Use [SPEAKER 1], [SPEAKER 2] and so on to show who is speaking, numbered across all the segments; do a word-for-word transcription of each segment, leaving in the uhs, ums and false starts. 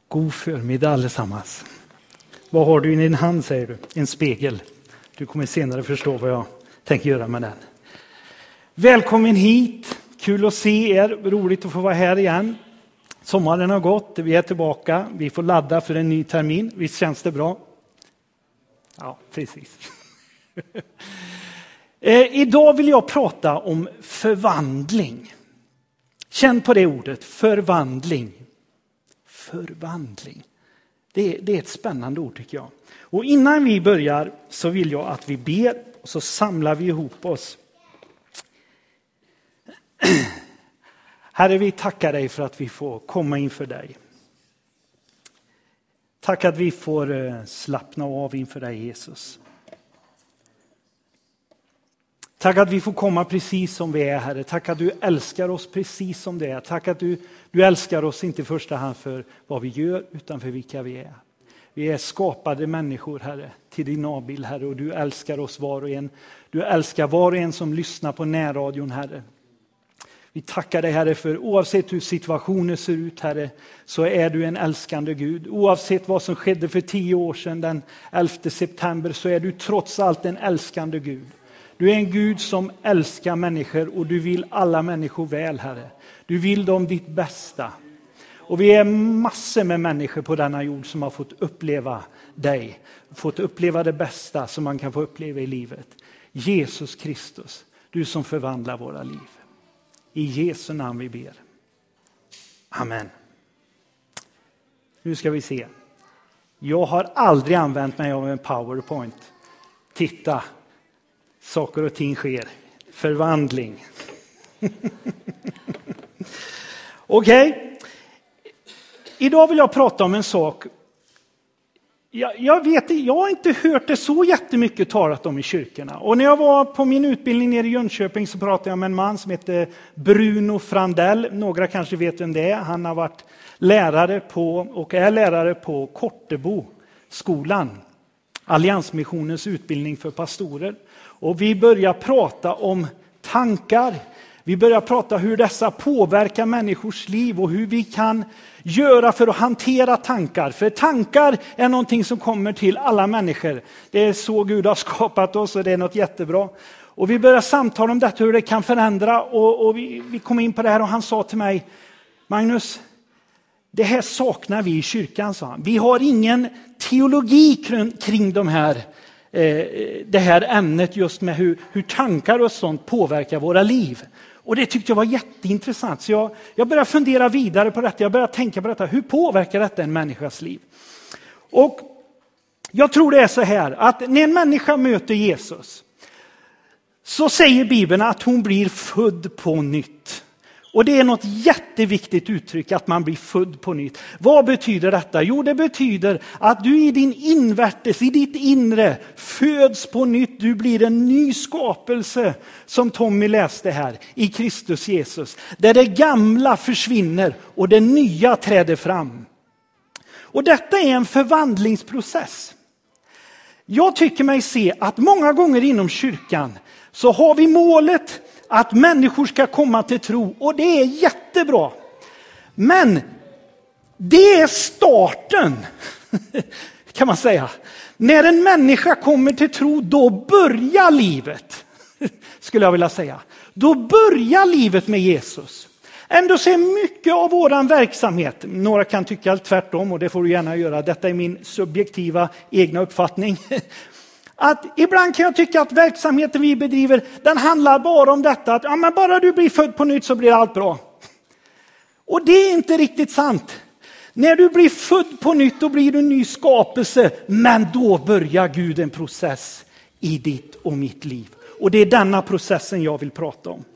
[SPEAKER 1] God förmiddag allesammans. Vad har du i din hand, säger du? En spegel. Du kommer senare förstå vad jag tänker göra med den. Välkommen hit. Kul att se er. Roligt att få vara här igen. Sommaren har gått. Vi är tillbaka. Vi får ladda för en ny termin. Visst känns det bra? Ja, precis. eh, idag vill jag prata om förvandling. Känn på det ordet. Förvandling. Förvandling. Det är, det är ett spännande ord tycker jag. Och innan vi börjar så vill jag att vi ber och så samlar vi ihop oss. Herre, vi tackar dig för att vi får komma inför dig. Tack att vi får slappna av inför dig, Jesus. Tack att vi får komma precis som vi är, Herre. Tack att du älskar oss precis som det är. Tack att du, du älskar oss inte i första hand för vad vi gör utan för vilka vi är. Vi är skapade människor, Herre, till din avbild, Herre. Och du älskar oss var och en. Du älskar var och en som lyssnar på närradion, Herre. Vi tackar dig, Herre, för oavsett hur situationen ser ut, Herre, så är du en älskande Gud. Oavsett vad som skedde för tio år sedan, den elfte september, så är du trots allt en älskande Gud. Du är en Gud som älskar människor och du vill alla människor väl, Herre. Du vill dem ditt bästa. Och vi är massor med människor på denna jord som har fått uppleva dig. Fått uppleva det bästa som man kan få uppleva i livet. Jesus Kristus, du som förvandlar våra liv. I Jesu namn vi ber. Amen. Nu ska vi se. Jag har aldrig använt mig av en PowerPoint. Titta. Saker och ting sker. Förvandling. Okej. Okay. Idag vill jag prata om en sak. Jag, jag vet jag har inte hört det så jättemycket talat om i kyrkorna. Och när jag var på min utbildning nere i Jönköping så pratade jag med en man som heter Bruno Frandell. Några kanske vet vem det är. Han har varit lärare på och är lärare på Kortebo skolan. Alliansmissionens utbildning för pastorer. Och vi börjar prata om tankar. Vi börjar prata hur dessa påverkar människors liv och hur vi kan göra för att hantera tankar. För tankar är någonting som kommer till alla människor. Det är så Gud har skapat oss och det är något jättebra. Och vi börjar samtala om detta, hur det kan förändra. Och, och vi, vi kom in på det här och han sa till mig, Magnus, det här saknar vi i kyrkan, sa han. Vi har ingen teologi kring, kring de här, eh, det här ämnet just med hur, hur tankar och sånt påverkar våra liv. Och det tyckte jag var jätteintressant. Så jag, jag började fundera vidare på detta. Jag började tänka på detta. Hur påverkar detta en människas liv? Och jag tror det är så här att när en människa möter Jesus så säger Bibeln att hon blir född på nytt. Och det är något jätteviktigt uttryck att man blir född på nytt. Vad betyder detta? Jo, det betyder att du i din invärtes, i ditt inre föds på nytt. Du blir en ny skapelse som Tommy läste här i Kristus Jesus. Där det gamla försvinner och det nya träder fram. Och detta är en förvandlingsprocess. Jag tycker mig se att många gånger inom kyrkan så har vi målet att människor ska komma till tro. Och det är jättebra. Men det är starten. Kan man säga. När en människa kommer till tro, då börjar livet. Skulle jag vilja säga. Då börjar livet med Jesus. Ändå så är mycket av våran verksamhet. Några kan tycka tvärtom och det får du gärna göra. Detta är min subjektiva egna uppfattning. Att ibland kan jag tycka att verksamheten vi bedriver, den handlar bara om detta. Att ja, men bara du blir född på nytt så blir allt bra. Och det är inte riktigt sant. När du blir född på nytt då blir du en ny skapelse. Men då börjar Gud en process i ditt och mitt liv. Och det är denna processen jag vill prata om.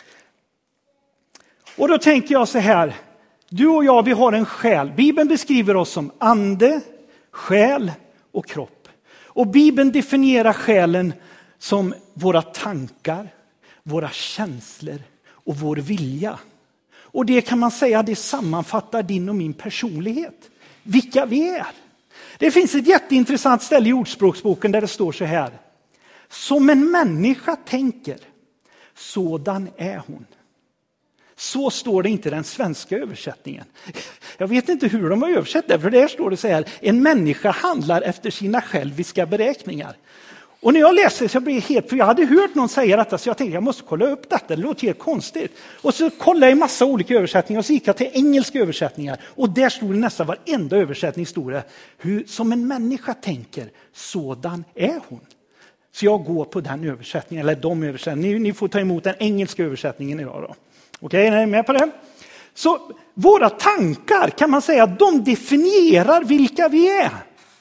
[SPEAKER 1] Och då tänker jag så här. Du och jag, vi har en själ. Bibeln beskriver oss som ande, själ och kropp. Och Bibeln definierar själen som våra tankar, våra känslor och vår vilja. Och det kan man säga, det sammanfattar din och min personlighet. Vilka vi är. Det finns ett jätteintressant ställe i Ordspråksboken där det står så här. Som en människa tänker, sådan är hon. Så står det inte i den svenska översättningen. Jag vet inte hur de har översatt det, för där står det så här: en människa handlar efter sina själviska beräkningar. Och när jag läste så blev jag helt, för jag hade hört någon säga detta, så jag tänkte jag måste kolla upp detta, det låter helt konstigt. Och så kollade jag i massa olika översättningar och så gick jag till engelska översättningar. Och där stod det nästan varenda översättning stod det, hur som en människa tänker, sådan är hon. Så jag går på den översättningen, eller de översättningarna. Ni, ni får ta emot den engelska översättningen idag då. Okej, är ni med på det? Så våra tankar kan man säga, de definierar vilka vi är.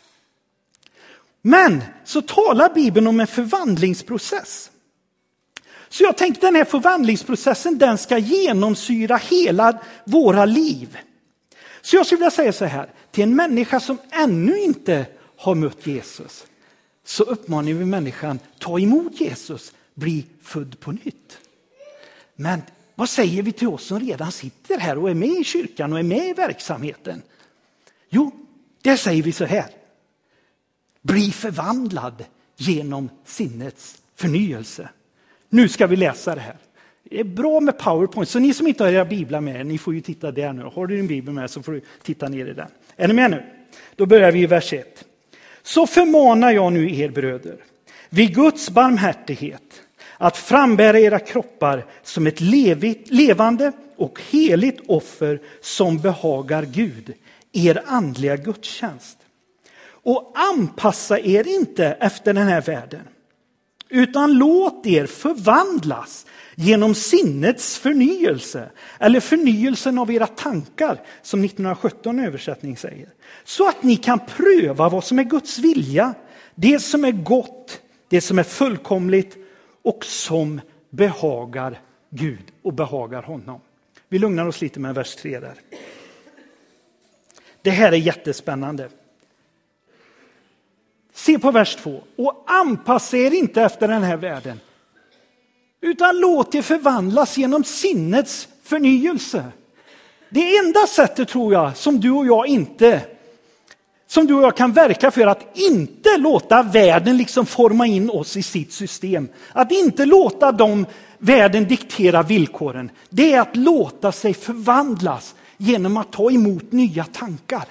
[SPEAKER 1] Men så talar Bibeln om en förvandlingsprocess. Så jag tänkte den här förvandlingsprocessen, den ska genomsyra hela våra liv. Så jag skulle vilja säga så här, till en människa som ännu inte har mött Jesus, så uppmanar vi människan, ta emot Jesus, bli född på nytt. Men vad säger vi till oss som redan sitter här och är med i kyrkan och är med i verksamheten? Jo, där säger vi så här. Bli förvandlad genom sinnets förnyelse. Nu ska vi läsa det här. Det är bra med PowerPoint, så ni som inte har era biblar med, ni får ju titta där nu. Har du din bibel med så får du titta ner i den. Är ni med nu? Då börjar vi i vers ett. Så förmanar jag nu er bröder, vid Guds barmhärtighet, att frambära era kroppar som ett levigt, levande och heligt offer som behagar Gud, er andliga gudstjänst. Och anpassa er inte efter den här världen, utan låt er förvandlas genom sinnets förnyelse, eller förnyelsen av era tankar, som nittonhundrasjutton översättning säger. Så att ni kan pröva vad som är Guds vilja, det som är gott, det som är fullkomligt och som behagar Gud och behagar honom. Vi lugnar oss lite med vers tre där. Det här är jättespännande. Se på vers två. Och anpassa er inte efter den här världen, utan låt er förvandlas genom sinnets förnyelse. Det enda sättet, tror jag, som du och jag inte som du och jag kan verka för att inte låta världen liksom forma in oss i sitt system. Att inte låta dem världen diktera villkoren. Det är att låta sig förvandlas genom att ta emot nya tankar.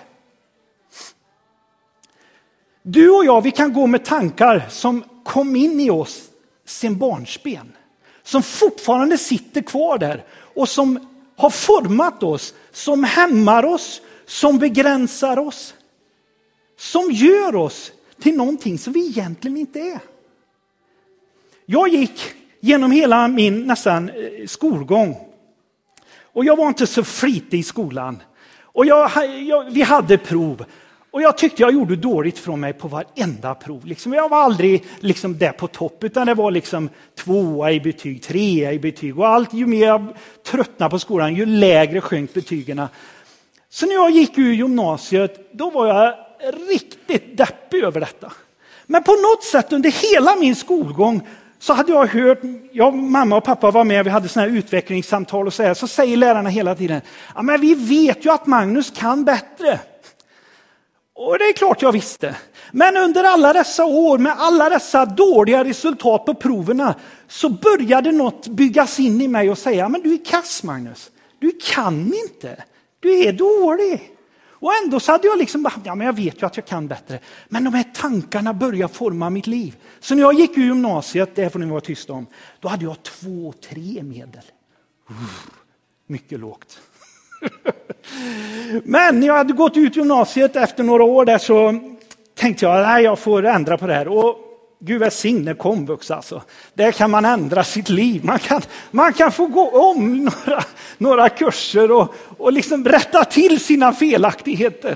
[SPEAKER 1] Du och jag, vi kan gå med tankar som kom in i oss sen barnsben. Som fortfarande sitter kvar där och som har format oss, som hämmar oss, som begränsar oss. Som gör oss till någonting som vi egentligen inte är. Jag gick genom hela min nästan skolgång. Och jag var inte så flitig i skolan. Och jag, jag, vi hade prov. Och jag tyckte jag gjorde dåligt från mig på varenda prov. Liksom, jag var aldrig liksom där på topp, utan det var liksom tvåa i betyg, trea i betyg. Och allt, ju mer jag tröttnade på skolan, ju lägre sjönk betygerna. Så när jag gick ur gymnasiet, då var jag riktigt deppig över detta. Men på något sätt under hela min skolgång så hade jag hört, jag, mamma och pappa var med, vi hade såna här utvecklingssamtal och så här, så säger lärarna hela tiden, ja men vi vet ju att Magnus kan bättre. Och det är klart jag visste. Men under alla dessa år med alla dessa dåliga resultat på proverna så började något byggas in i mig och säga, men du är kass Magnus, du kan inte, du är dålig. Och ändå så hade jag liksom bara, ja men jag vet ju att jag kan bättre. Men de här tankarna började forma mitt liv. Så när jag gick ur gymnasiet, det får ni vara tysta om, då hade jag två, tre medel. Uff, mycket lågt. Men när jag hade gått ut gymnasiet efter några år där så tänkte jag, nej jag får ändra på det här. Och Gud välsigne komvux alltså. Där kan man ändra sitt liv. Man kan, man kan få gå om några, några kurser och, och liksom rätta till sina felaktigheter.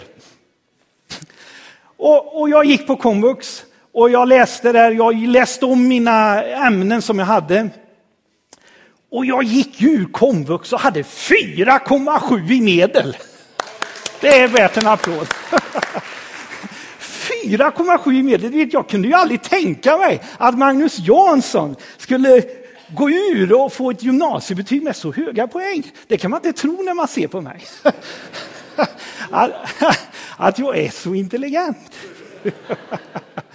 [SPEAKER 1] Och, och jag gick på komvux och jag läste där, jag läste om mina ämnen som jag hade. Och jag gick ur komvux och hade fyra komma sju i medel. Det är värt en applåd. fyra komma sju i medel. Jag kunde ju aldrig tänka mig att Magnus Jansson skulle gå ur och få ett gymnasiebetyg med så höga poäng. Det kan man inte tro när man ser på mig. Att jag är så intelligent.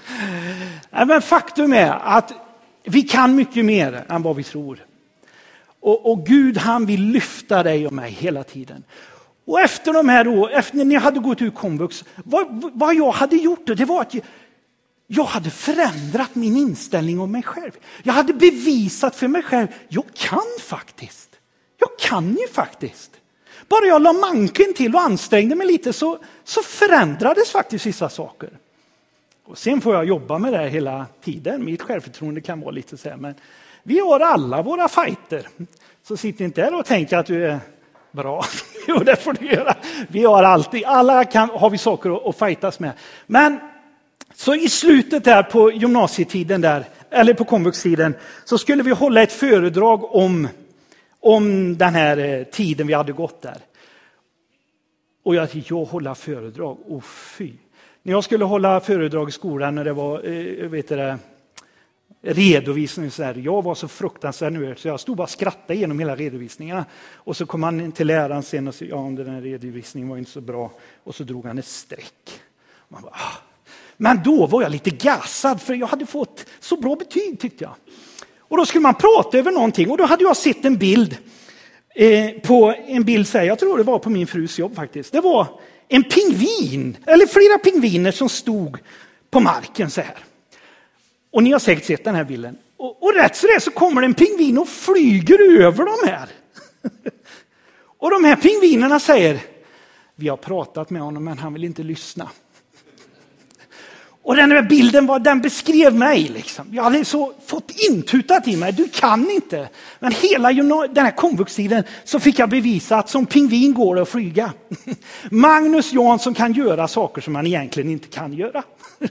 [SPEAKER 1] Men faktum är att vi kan mycket mer än vad vi tror. Och, och Gud, han vill lyfta dig och mig hela tiden. Och efter de här då, efter när jag hade gått ut komvux, vad, vad jag hade gjort det, det var att jag, jag hade förändrat min inställning om mig själv. Jag hade bevisat för mig själv, jag kan faktiskt. Jag kan ju faktiskt. Bara jag la manken till och ansträngde mig lite så, så förändrades faktiskt vissa saker. Och sen får jag jobba med det här hela tiden. Mitt självförtroende kan vara lite så här, men vi har alla våra fighter. Så sitt inte där och tänk att du är bra. Jo, det får du göra. Vi har alltid, alla kan, har vi saker att, att fightas med. Men så i slutet där på gymnasietiden där, eller på komvuxtiden, så skulle vi hålla ett föredrag om, om den här tiden vi hade gått där. Och jag tänkte, jag hålla föredrag, oh fy. När jag skulle hålla föredrag i skolan när det var, eh, vet det, redovisning så här, jag var så fruktansvärt nu så jag stod bara och skrattade igenom hela redovisningarna. Och så kom han till läraren sen och sa, ja, den här redovisningen var inte så bra. Och så drog han ett streck. Man bara, ah. Men då var jag lite gasad för jag hade fått så bra betyg tyckte jag. Och då skulle man prata över någonting och då hade jag sett en bild eh, på en bild så här, jag tror det var på min frus jobb faktiskt. Det var en pingvin, eller flera pingviner som stod på marken så här. Och ni har säkert sett den här bilden. Och, och rätt så det så kommer en pingvin och flyger över de här. Och de här pingvinerna säger, vi har pratat med honom men han vill inte lyssna. Och den här bilden var, den beskrev mig liksom. Jag hade så fått intutat i mig, du kan inte. Men hela den här komvuxtiden så fick jag bevisa att som pingvin går det att flyga. Magnus Jansson kan göra saker som man egentligen inte kan göra.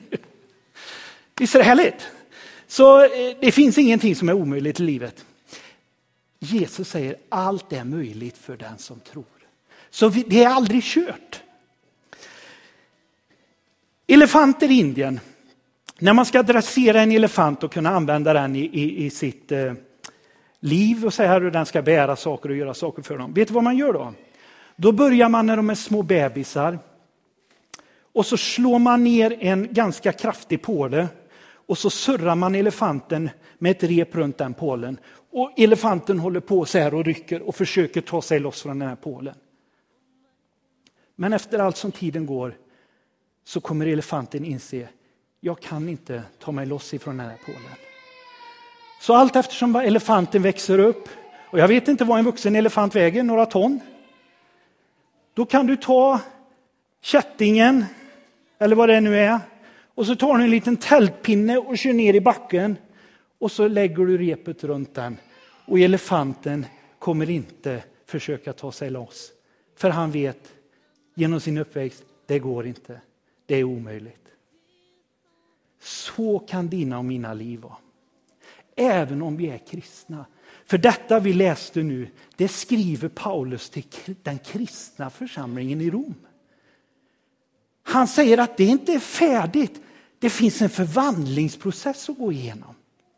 [SPEAKER 1] Visst är det härligt? Så eh, det finns ingenting som är omöjligt i livet. Jesus säger allt är möjligt för den som tror. Så vi, det är aldrig kört. Elefanter i Indien. När man ska dressera en elefant och kunna använda den i, i, i sitt eh, liv och så här hur den ska bära saker och göra saker för dem. Vet du vad man gör då? Då börjar man när de är små bebisar. Och så slår man ner en ganska kraftig påle. Och så surrar man elefanten med ett rep runt den pålen. Och elefanten håller på så här och rycker och försöker ta sig loss från den här pålen. Men efter allt som tiden går så kommer elefanten inse, jag kan inte ta mig loss ifrån den här pålen. Så allt eftersom elefanten växer upp, och jag vet inte vad en vuxen elefant väger, några ton. Då kan du ta kättingen, eller vad det nu är, och så tar du en liten tältpinne och kör ner i backen. Och så lägger du repet runt den. Och elefanten kommer inte försöka ta sig loss. För han vet genom sin uppväxt, det går inte. Det är omöjligt. Så kan dina och mina liv vara. Även om vi är kristna. För detta vi läste nu, det skriver Paulus till den kristna församlingen i Rom. Han säger att det inte är färdigt. Det finns en förvandlingsprocess att gå igenom.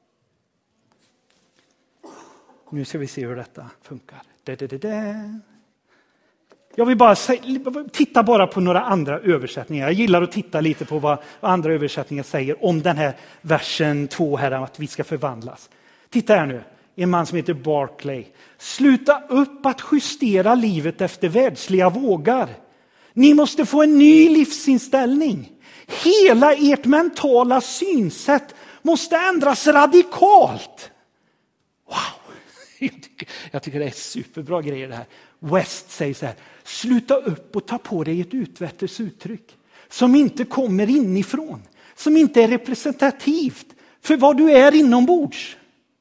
[SPEAKER 1] Nu ska vi se hur detta funkar. Da, da, da, da. Jag vill bara säga, titta bara på några andra översättningar. Jag gillar att titta lite på vad andra översättningar säger om den här versen två här, att vi ska förvandlas. Titta här nu, en man som heter Barclay. Sluta upp att justera livet efter världsliga vågar. Ni måste få en ny livsinställning. Hela ert mentala synsätt måste ändras radikalt. Wow, jag tycker, jag tycker det är superbra grejer det här. West säger så här, sluta upp och ta på dig ett utvärtes uttryck som inte kommer inifrån, som inte är representativt för vad du är inombords.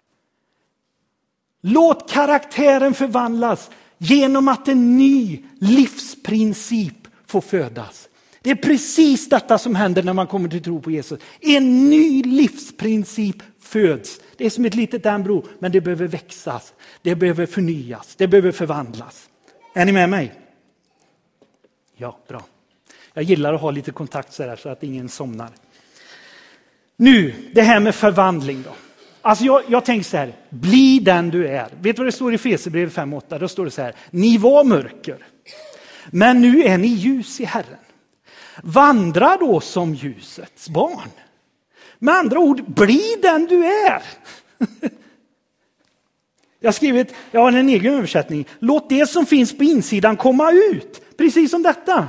[SPEAKER 1] Låt karaktären förvandlas genom att en ny livsprincip får födas. Det är precis detta som händer när man kommer till tro på Jesus. En ny livsprincip föds. Det är som ett litet embryo, men det behöver växas. Det behöver förnyas. Det behöver förvandlas. Är ni med mig? Ja, bra. Jag gillar att ha lite kontakt så här så att ingen somnar. Nu, det här med förvandling då. Alltså jag, jag tänker så här, bli den du är. Vet du vad det står i Efesierbrevet fem åtta? Då står det så här, ni var mörker, men nu är ni ljus i Herren. Vandra då som ljusets barn. Med andra ord, bli den du är. Jag har skrivit, jag har en egen översättning. Låt det som finns på insidan komma ut. Precis som detta.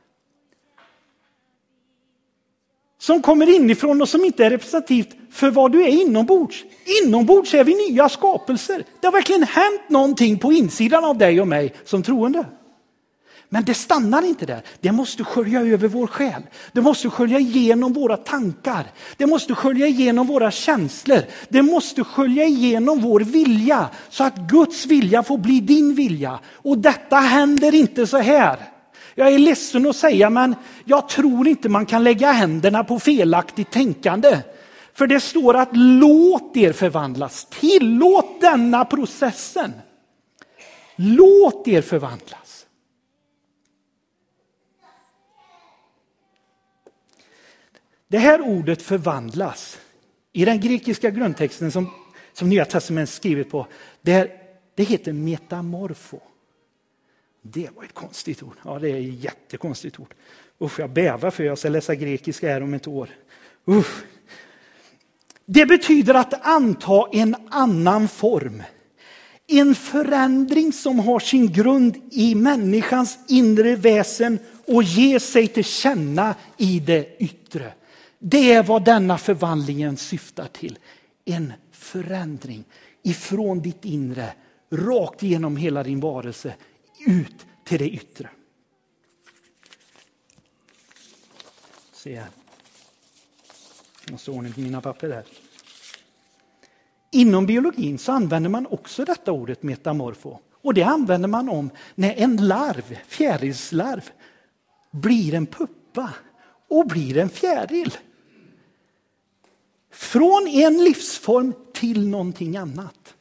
[SPEAKER 1] Som kommer inifrån och som inte är representativt för vad du är inombords. Inombords är vi nya skapelser. Det har verkligen hänt någonting på insidan av dig och mig som troende. Men det stannar inte där. Det måste skölja över vår själ. Det måste skölja igenom våra tankar. Det måste skölja igenom våra känslor. Det måste skölja igenom vår vilja. Så att Guds vilja får bli din vilja. Och detta händer inte så här. Jag är ledsen att säga, men jag tror inte man kan lägga händerna på felaktigt tänkande. För det står att låt er förvandlas. Tillåt denna processen. Låt er förvandlas. Det här ordet förvandlas i den grekiska grundtexten som, som Nya testamentet skrivit på. Det, det heter metamorfo. Det var ett konstigt ord. Ja, det är ett jättekonstigt ord. Usch, jag bävar för jag ska läsa grekiska här om ett år. Usch. Det betyder att anta en annan form. En förändring som har sin grund i människans inre väsen och ger sig till känna i det yttre. Det är vad denna förvandlingen syftar till. En förändring ifrån ditt inre, rakt igenom hela din varelse, ut till det yttre. Se här. Jag måste ordna mina papper där. Inom biologin så använder man också detta ordet metamorfo. Och det använder man om när en larv, fjärilslarv, blir en puppa och blir en fjäril. Från en livsform till någonting annat.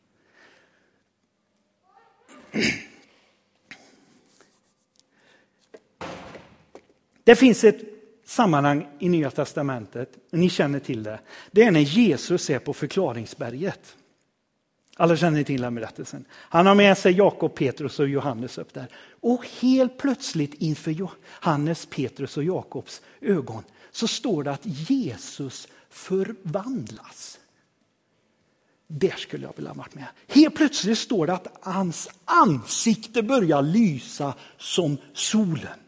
[SPEAKER 1] Det finns ett sammanhang i Nya testamentet, ni känner till det. Det är när Jesus är på förklaringsberget. Alla känner till den berättelsen. Han har med sig Jakob, Petrus och Johannes upp där. Och helt plötsligt inför Johannes, Petrus och Jakobs ögon så står det att Jesus förvandlas. Där skulle jag vilja ha varit med. Helt plötsligt står det att hans ansikte börjar lysa som solen.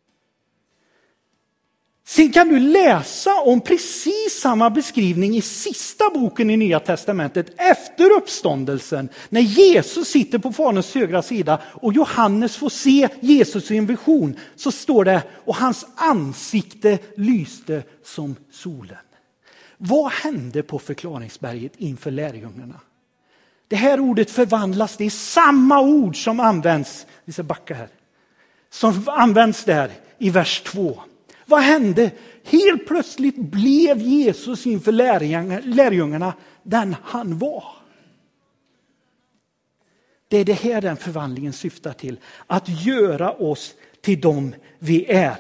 [SPEAKER 1] Sen kan du läsa om precis samma beskrivning i sista boken i Nya testamentet efter uppståndelsen. När Jesus sitter på Faderns högra sida och Johannes får se Jesus i en vision, så står det och hans ansikte lyste som solen. Vad hände på förklaringsberget inför lärjungarna? Det här ordet förvandlas, det är samma ord som används, vi ska backa här, som används där i vers två. Vad hände? Helt plötsligt blev Jesus inför lärjungarna den han var. Det är det här den förvandlingen syftar till. Att göra oss till dem vi är.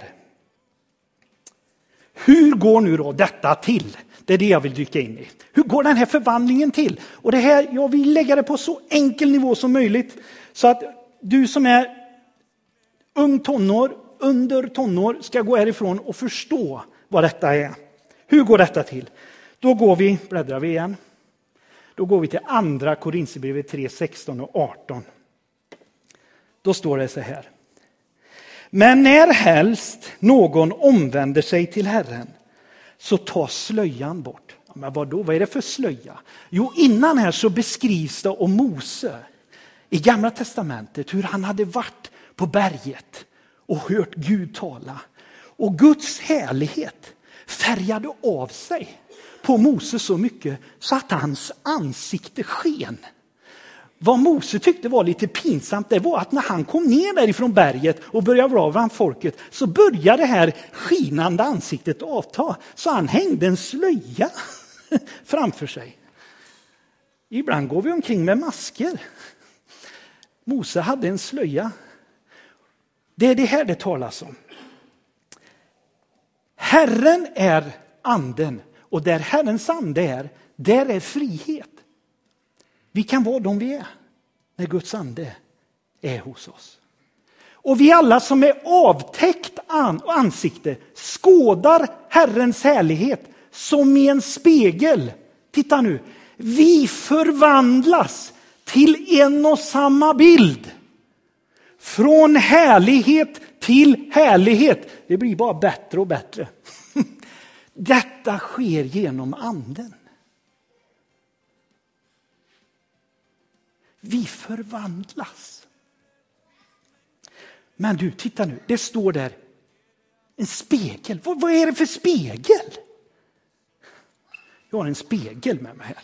[SPEAKER 1] Hur går nu då detta till? Det är det jag vill dyka in i. Hur går den här förvandlingen till? Och det här, jag vill lägga det på så enkel nivå som möjligt. Så att du som är ung tonår, under tonår ska gå härifrån och förstå vad detta är. Hur går detta till? Då går vi, bläddrar vi igen. Då går vi till andra Korinthierbrevet tre, sexton och arton. Då står det så här. Men när helst någon omvänder sig till Herren så tar slöjan bort. Men vad då? Vad är det för slöja? Jo, innan här så beskrivs det om Mose i Gamla testamentet hur han hade varit på berget och hört Gud tala. Och Guds härlighet färgade av sig på Mose så mycket så att hans ansikte sken. Vad Mose tyckte var lite pinsamt, det var att när han kom ner därifrån berget och började vara bland folket så började det här skinande ansiktet avta. Så han hängde en slöja framför sig. Ibland går vi omkring med masker. Mose hade en slöja. Det är det här det talas om. Herren är anden och där Herrens ande är, där är frihet. Vi kan vara de vi är när Guds ande är hos oss. Och vi alla som är avtäckt ansikte skådar Herrens härlighet som i en spegel. Titta nu, vi förvandlas till en och samma bild. Från härlighet till härlighet. Det blir bara bättre och bättre. Detta sker genom anden. Vi förvandlas. Men du, titta nu. Det står där en spegel. Vad, vad är det för spegel? Jag har en spegel med mig här.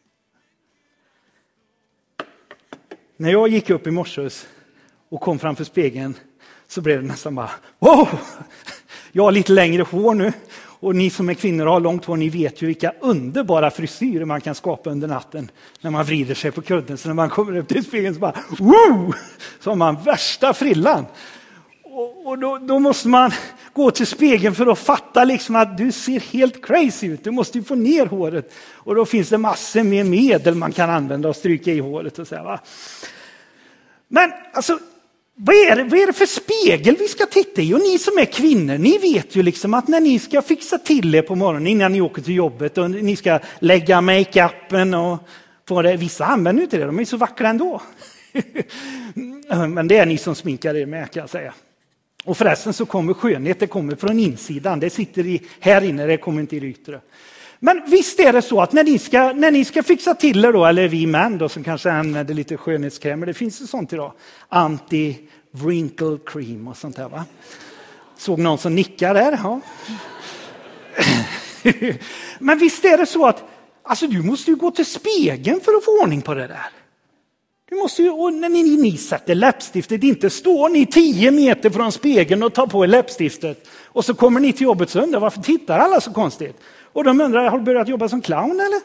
[SPEAKER 1] När jag gick upp i morse och kom framför spegeln så blev det nästan bara wow! Jag har lite längre hår nu. Och ni som är kvinnor och har långt hår, ni vet ju vilka underbara frisyrer man kan skapa under natten. När man vrider sig på kudden. Så när man kommer upp till spegeln så bara wow! Så har man värsta frillan. Och, och då, då måste man gå till spegeln för att fatta liksom att du ser helt crazy ut. Du måste ju få ner håret. Och då finns det massor med medel man kan använda och stryka i håret. Och så här, va? Men alltså, vad är, det, vad är det för spegel vi ska titta i? Och ni som är kvinnor, ni vet ju liksom att när ni ska fixa till er på morgonen innan ni åker till jobbet och ni ska lägga make-upen och på det. Vissa använder inte det, de är så vackra ändå. Men det är ni som sminkar er med, kan jag säga. Och förresten så kommer skönhet, det kommer från insidan. Det sitter i, här inne, det kommer inte i det yttre. Men visst är det så att när ni ska, när ni ska fixa till er då, eller vi män då som kanske använder lite skönhetskrämer, det finns ju sånt idag. Anti-wrinkle cream och sånt där, va? Såg någon som nickar där? Ja. Men visst är det så att alltså, du måste ju gå till spegeln för att få ordning på det där. Du måste ju, och när ni, ni sätter läppstiftet, inte står ni tio meter från spegeln och tar på er läppstiftet. Och så kommer ni till jobbet så undrar varför tittar alla så konstigt? Och de undrar, har du börjat jobba som clown eller?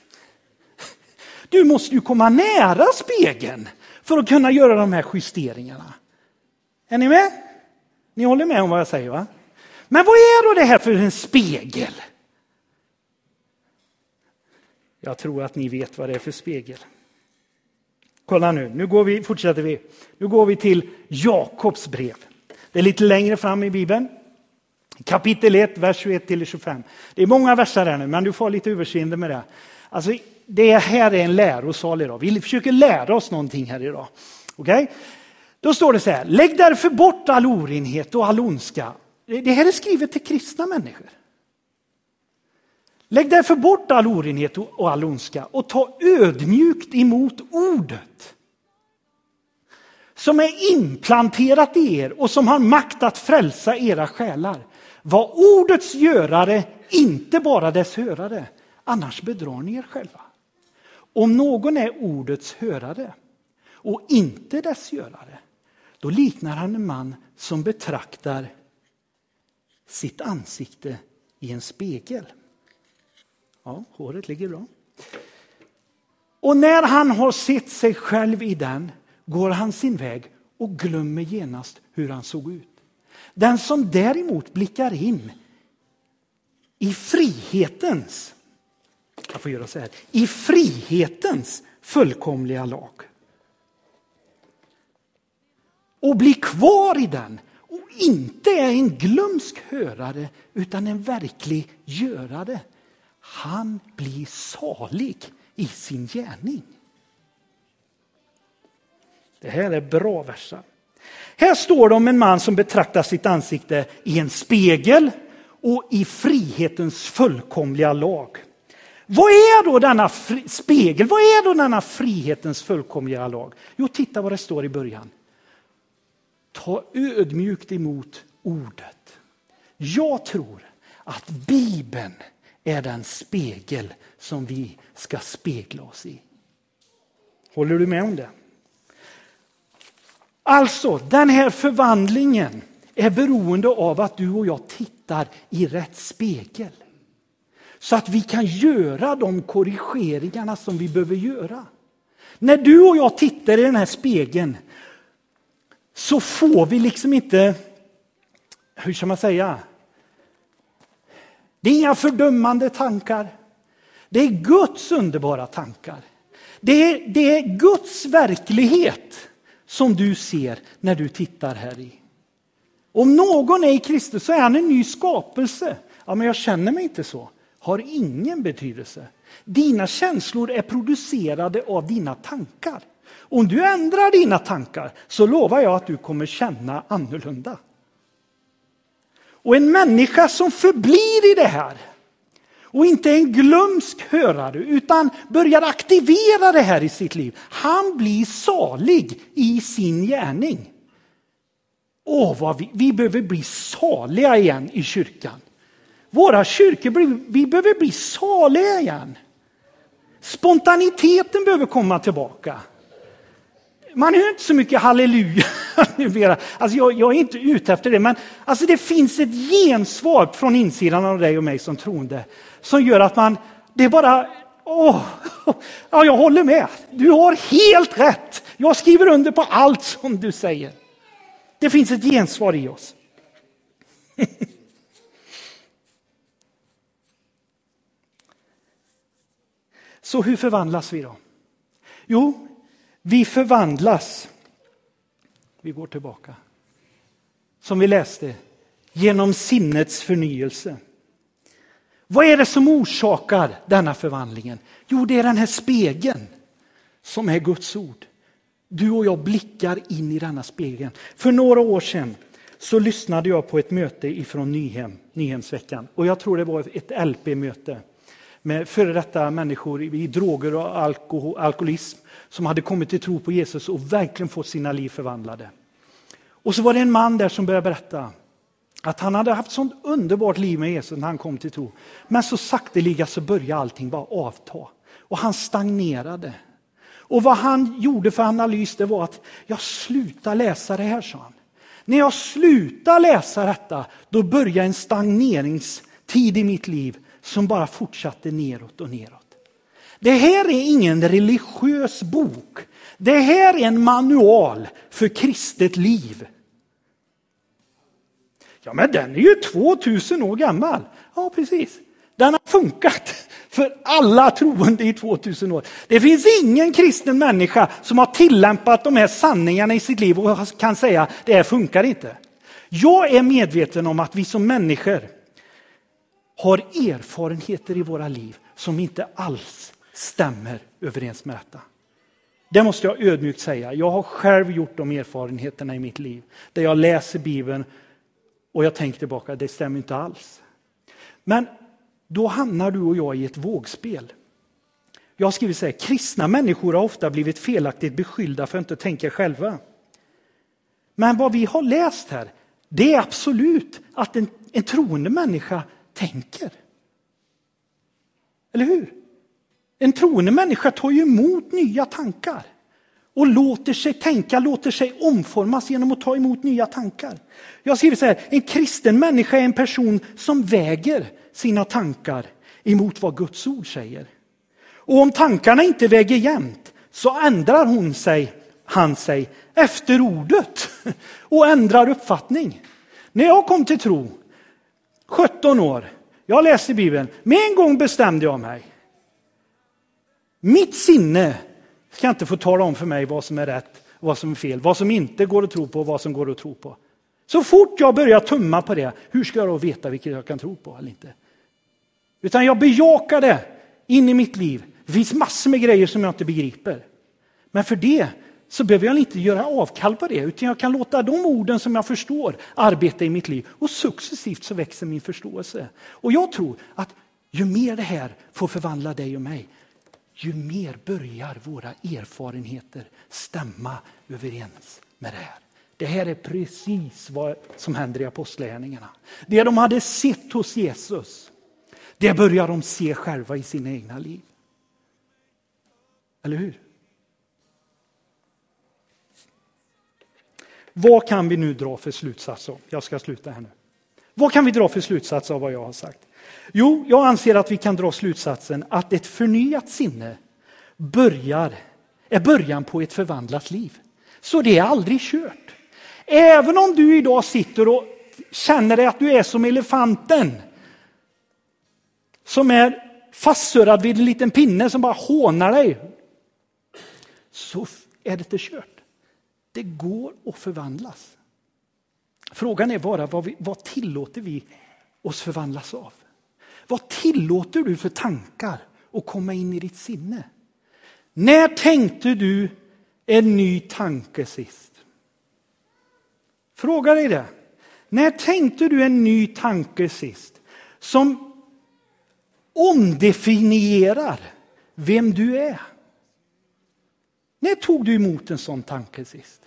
[SPEAKER 1] Du måste ju komma nära spegeln för att kunna göra de här justeringarna. Är ni med? Ni håller med om vad jag säger, va? Men vad är då det här för en spegel? Jag tror att ni vet vad det är för spegel. Kolla nu, nu går vi, fortsätter vi. Nu går vi till Jakobs brev. Det är lite längre fram i Bibeln. Kapitel ett, vers tjugoett till tjugofem. Det är många verser här nu, men du får lite överseende med det. Alltså, det här är en lärosal idag. Vi försöker lära oss någonting här idag. Okej? Okay? Då står det så här. Lägg därför bort all orenhet och all ondska. Det här är skrivet till kristna människor. Lägg därför bort all orenhet och all ondska och ta ödmjukt emot ordet som är implanterat i er och som har makt att frälsa era själar. Var ordets görare, inte bara dess hörare, annars bedrar ni er själva. Om någon är ordets hörare och inte dess görare, då liknar han en man som betraktar sitt ansikte i en spegel. Ja, håret ligger bra. Och när han har sett sig själv i den går han sin väg och glömmer genast hur han såg ut. Den som däremot blickar in i frihetens, jag får göra så här, i frihetens fullkomliga lag. Och blir kvar i den och inte är en glömsk hörare utan en verklig görare. Han blir salig i sin gärning. Det här är bra verser. Här står det om en man som betraktar sitt ansikte i en spegel och i frihetens fullkomliga lag. Vad är då denna fri- spegel? Vad är då denna frihetens fullkomliga lag? Jo, titta vad det står i början. Ta ödmjukt emot ordet. Jag tror att Bibeln är den spegel som vi ska spegla oss i. Håller du med om det? Alltså, den här förvandlingen är beroende av att du och jag tittar i rätt spegel. Så att vi kan göra de korrigeringarna som vi behöver göra. När du och jag tittar i den här spegeln så får vi liksom inte, hur ska man säga? Det är inga fördömande tankar. Det är Guds underbara tankar. Det är, det är Guds verklighet som du ser när du tittar här i. Om någon är i Kristus så är han en ny skapelse. Ja, men jag känner mig inte så. Har ingen betydelse. Dina känslor är producerade av dina tankar. Om du ändrar dina tankar så lovar jag att du kommer känna annorlunda. Och en människa som förblir i det här och inte är en glömsk hörare utan börjar aktivera det här i sitt liv. Han blir salig i sin gärning. Åh, vad vi, vi behöver bli saliga igen i kyrkan. Våra kyrkor, vi behöver bli saliga igen. Spontaniteten behöver komma tillbaka. Man hör inte så mycket halleluja numera. Alltså jag, jag är inte ute efter det, men alltså det finns ett gensvar från insidan av dig och mig som troende som gör att man, det är bara, åh, ja, jag håller med. Du har helt rätt. Jag skriver under på allt som du säger. Det finns ett gensvar i oss. Så hur förvandlas vi då? Jo, vi förvandlas. Vi går tillbaka. Som vi läste. Genom sinnets förnyelse. Vad är det som orsakar denna förvandlingen? Jo, det är den här spegeln. Som är Guds ord. Du och jag blickar in i denna spegeln. För några år sedan så lyssnade jag på ett möte ifrån Nyhem. Nyhemsveckan. Och jag tror det var ett L P-möte. Med före detta människor i droger och alkohol, alkoholism som hade kommit till tro på Jesus och verkligen fått sina liv förvandlade. Och så var det en man där som började berätta att han hade haft sånt underbart liv med Jesus när han kom till tro. Men så sakteliga så började allting bara avta. Och han stagnerade. Och vad han gjorde för analys det var att jag slutar läsa det här, sa han. När jag slutar läsa detta då börjar en stagneringstid i mitt liv som bara fortsatte neråt och neråt. Det här är ingen religiös bok. Det här är en manual för kristet liv. Ja, men den är ju tvåtusen år gammal. Ja, precis. Den har funkat för alla troende i tvåtusen år. Det finns ingen kristen människa som har tillämpat de här sanningarna i sitt liv och kan säga det här funkar inte. Jag är medveten om att vi som människor har erfarenheter i våra liv som inte alls stämmer överens med detta. Det måste jag ödmjukt säga. Jag har själv gjort de erfarenheterna i mitt liv. Där jag läser Bibeln och jag tänker tillbaka, det stämmer inte alls. Men då hamnar du och jag i ett vågspel. Jag skriver så här, kristna människor har ofta blivit felaktigt beskyllda för att inte tänka själva. Men vad vi har läst här, det är absolut att en, en troende människa tänker. Eller hur? En troende människa tar ju emot nya tankar. Och låter sig tänka, låter sig omformas genom att ta emot nya tankar. Jag skriver så här, en kristen människa är en person som väger sina tankar emot vad Guds ord säger. Och om tankarna inte väger jämnt så ändrar hon sig, han sig efter ordet och ändrar uppfattning. När jag kom till tro, sjutton år, jag läste Bibeln, med en gång bestämde jag mig. Mitt sinne ska inte få tala om för mig vad som är rätt, vad som är fel, vad som inte går att tro på och vad som går att tro på. Så fort jag börjar tumma på det, hur ska jag då veta vilket jag kan tro på eller inte? Utan jag bejakar det in i mitt liv. Det finns massor med grejer som jag inte begriper. Men för det så behöver jag inte göra avkall på det, utan jag kan låta de orden som jag förstår arbeta i mitt liv. Och successivt så växer min förståelse. Och jag tror att ju mer det här får förvandla dig och mig, ju mer börjar våra erfarenheter stämma överens med det här. Det här är precis vad som händer i apostlagärningarna. Det de hade sett hos Jesus, det börjar de se själva i sina egna liv. Eller hur? Vad kan vi nu dra för slutsatser? Jag ska sluta här nu. Vad kan vi dra för slutsatser av vad jag har sagt? Jo, jag anser att vi kan dra slutsatsen att ett förnyat sinne börjar, är början på ett förvandlat liv. Så det är aldrig kört. Även om du idag sitter och känner dig att du är som elefanten som är fastsörad vid en liten pinne som bara hånar dig, så är det inte kört. Det går att förvandlas. Frågan är bara vad, vi, vad tillåter vi oss förvandlas av? Vad tillåter du för tankar att komma in i ditt sinne? När tänkte du en ny tanke sist? Fråga dig det. När tänkte du en ny tanke sist som omdefinierar vem du är? När tog du emot en sån tanke sist?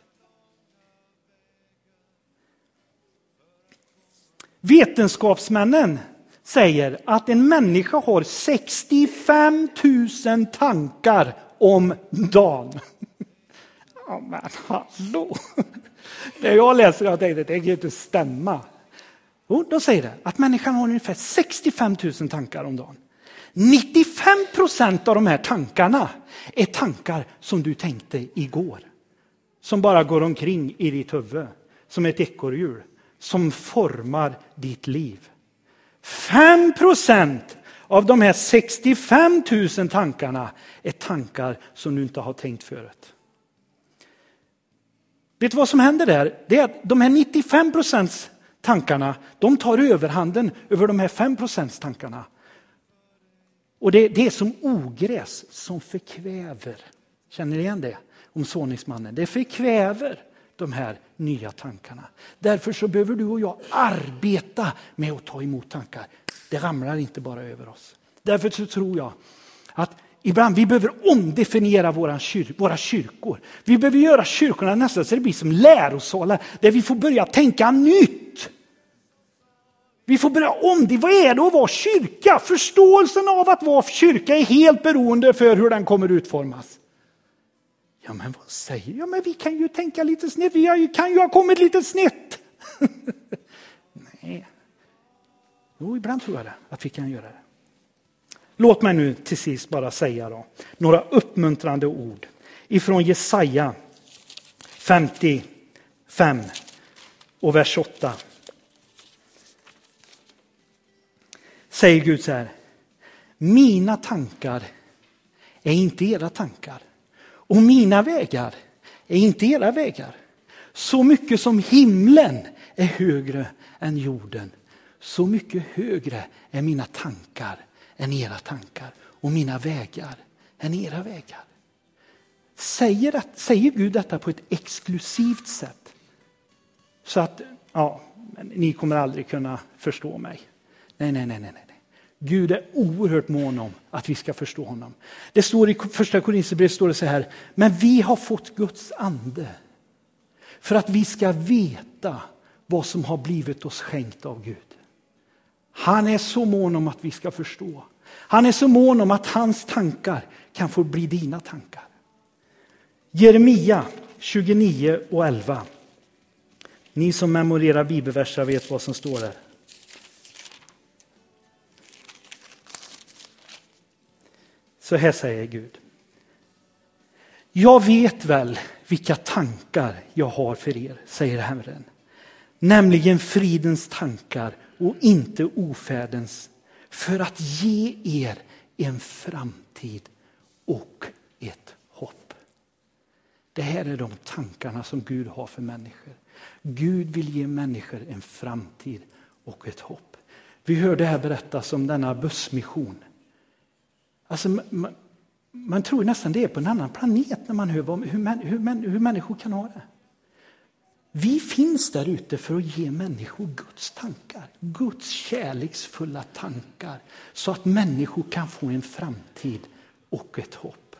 [SPEAKER 1] Vetenskapsmännen säger att en människa har sextiofem tusen tankar om dagen. Ja, men hallå! När jag läser jag tänkte, det kan ju inte stämma. Och då säger det att människan har ungefär sextiofem tusen tankar om dagen. nittiofem procent av de här tankarna är tankar som du tänkte igår. Som bara går omkring i ditt huvud. Som ett ekorrhjul. Som formar ditt liv. fem procent av de här sextiofem tusen tankarna är tankar som du inte har tänkt förut. Vet du vad som händer där? Det är att de här nittiofem procent tankarna, de tar överhanden över de här fem procent tankarna. Och det, det är som ogräs som förkväver. Känner ni igen det? Om såningsmannen. Det förkväver de här nya tankarna. Därför så behöver du och jag arbeta med att ta emot tankar. Det ramlar inte bara över oss. Därför så tror jag att ibland vi behöver omdefiniera våra, kyr, våra kyrkor. Vi behöver göra kyrkorna nästan så det blir som lärosalar där vi får börja tänka nytt. Vi får börja om det. Vad är det att vara kyrka? Förståelsen av att vara kyrka är helt beroende för hur den kommer utformas. Ja, men vad säger jag? Men vi kan ju tänka lite snett. Vi kan ju ha kommit lite snett. Nej. Jo, ibland tror jag det, att vi kan göra det. Låt mig nu till sist bara säga då, några uppmuntrande ord ifrån Jesaja femtiofem och vers åtta. Säger Gud så här: mina tankar är inte era tankar. Och mina vägar är inte era vägar. Så mycket som himlen är högre än jorden. Så mycket högre är mina tankar än era tankar. Och mina vägar än era vägar. Säger, det, säger Gud detta på ett exklusivt sätt. Så att, ja, ni kommer aldrig kunna förstå mig. Nej, nej, nej, nej, nej. Gud är oerhört mån om att vi ska förstå honom. Det står i första Korinthierbrevet står det så här: men vi har fått Guds ande för att vi ska veta vad som har blivit oss skänkt av Gud. Han är så mån om att vi ska förstå. Han är så mån om att hans tankar kan få bli dina tankar. Jeremia tjugonio och elva. Ni som memorerar bibelverser vet vad som står där. Så här säger Gud: jag vet väl vilka tankar jag har för er, säger Herren. Nämligen fridens tankar och inte ofärdens, för att ge er en framtid och ett hopp. Det här är de tankarna som Gud har för människor. Gud vill ge människor en framtid och ett hopp. Vi hörde här berättas om denna bussmission. Alltså, man, man tror nästan det är på en annan planet när man hör om hur, hur, hur, hur människor kan ha det. Vi finns där ute för att ge människor Guds tankar. Guds kärleksfulla tankar. Så att människor kan få en framtid och ett hopp.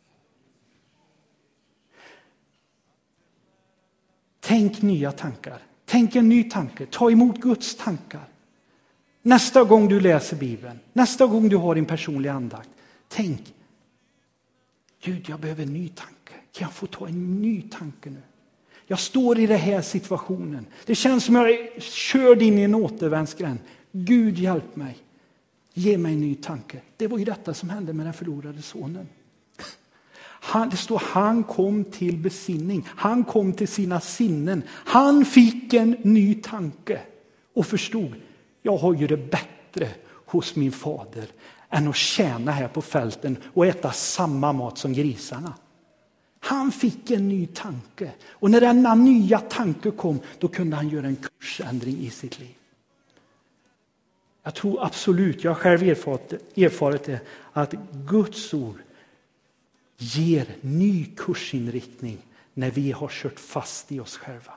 [SPEAKER 1] Tänk nya tankar. Tänk en ny tanke. Ta emot Guds tankar. Nästa gång du läser Bibeln. Nästa gång du har din personliga andakt. Tänk: Gud, jag behöver en ny tanke. Kan jag få ta en ny tanke nu? Jag står i den här situationen. Det känns som jag är körd in i en återvändsgränd. Gud, hjälp mig. Ge mig en ny tanke. Det var ju detta som hände med den förlorade sonen. Han, det står han kom till besinning. Han kom till sina sinnen. Han fick en ny tanke och förstod: jag har ju det bättre hos min fader än att tjäna här på fälten och äta samma mat som grisarna. Han fick en ny tanke. Och när denna nya tanke kom, då kunde han göra en kursändring i sitt liv. Jag tror absolut, jag har själv erfarit, erfarit det, att Guds ord ger ny kursinriktning när vi har kört fast i oss själva.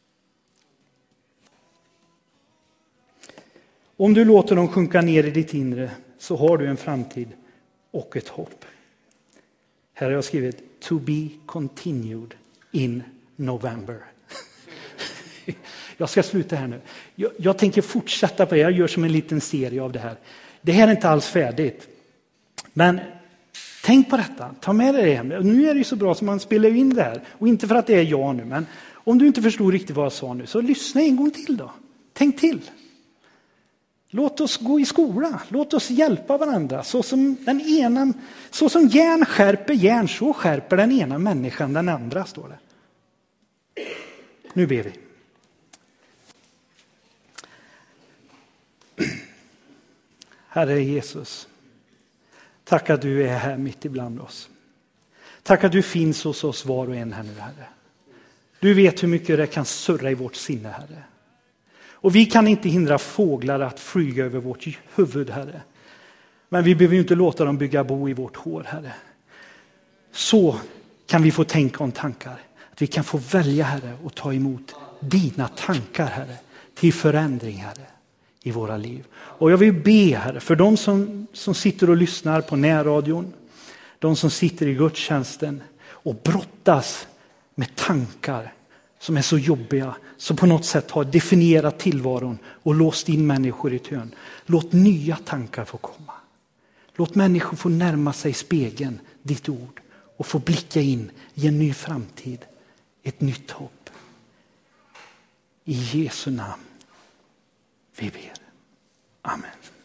[SPEAKER 1] Om du låter dem sjunka ner i ditt inre så har du en framtid och ett hopp. Här har jag skrivit to be continued in November. Jag ska sluta här nu. Jag, jag tänker fortsätta på det. Jag gör som en liten serie av det här. Det här är inte alls färdigt. Men tänk på detta. Ta med dig det. Nu är det ju så bra som man spelar in det här. Och inte för att det är jag nu. Men om du inte förstod riktigt vad jag sa nu så lyssna en gång till då. Tänk till. Låt oss gå i skola. Låt oss hjälpa varandra. Så som, den ena, så som järn skärper järn så skärper den ena människan den andra, står det. Nu ber vi. Herre Jesus, tack att du är här mitt ibland oss. Tack att du finns hos oss var och en här nu, Herre. Du vet hur mycket det kan surra i vårt sinne, Herre. Och vi kan inte hindra fåglar att flyga över vårt huvud, Herre. Men vi behöver ju inte låta dem bygga bo i vårt hår, Herre. Så kan vi få tänka om tankar. Att vi kan få välja, Herre, och ta emot dina tankar, Herre. Till förändring, Herre, i våra liv. Och jag vill be, Herre, för de som, som sitter och lyssnar på närradion. De som sitter i gudstjänsten och brottas med tankar som är så jobbiga, som på något sätt har definierat tillvaron och låst in människor i ett hörn. Låt nya tankar få komma. Låt människor få närma sig spegeln, ditt ord, och få blicka in i en ny framtid, ett nytt hopp. I Jesu namn vi ber. Amen.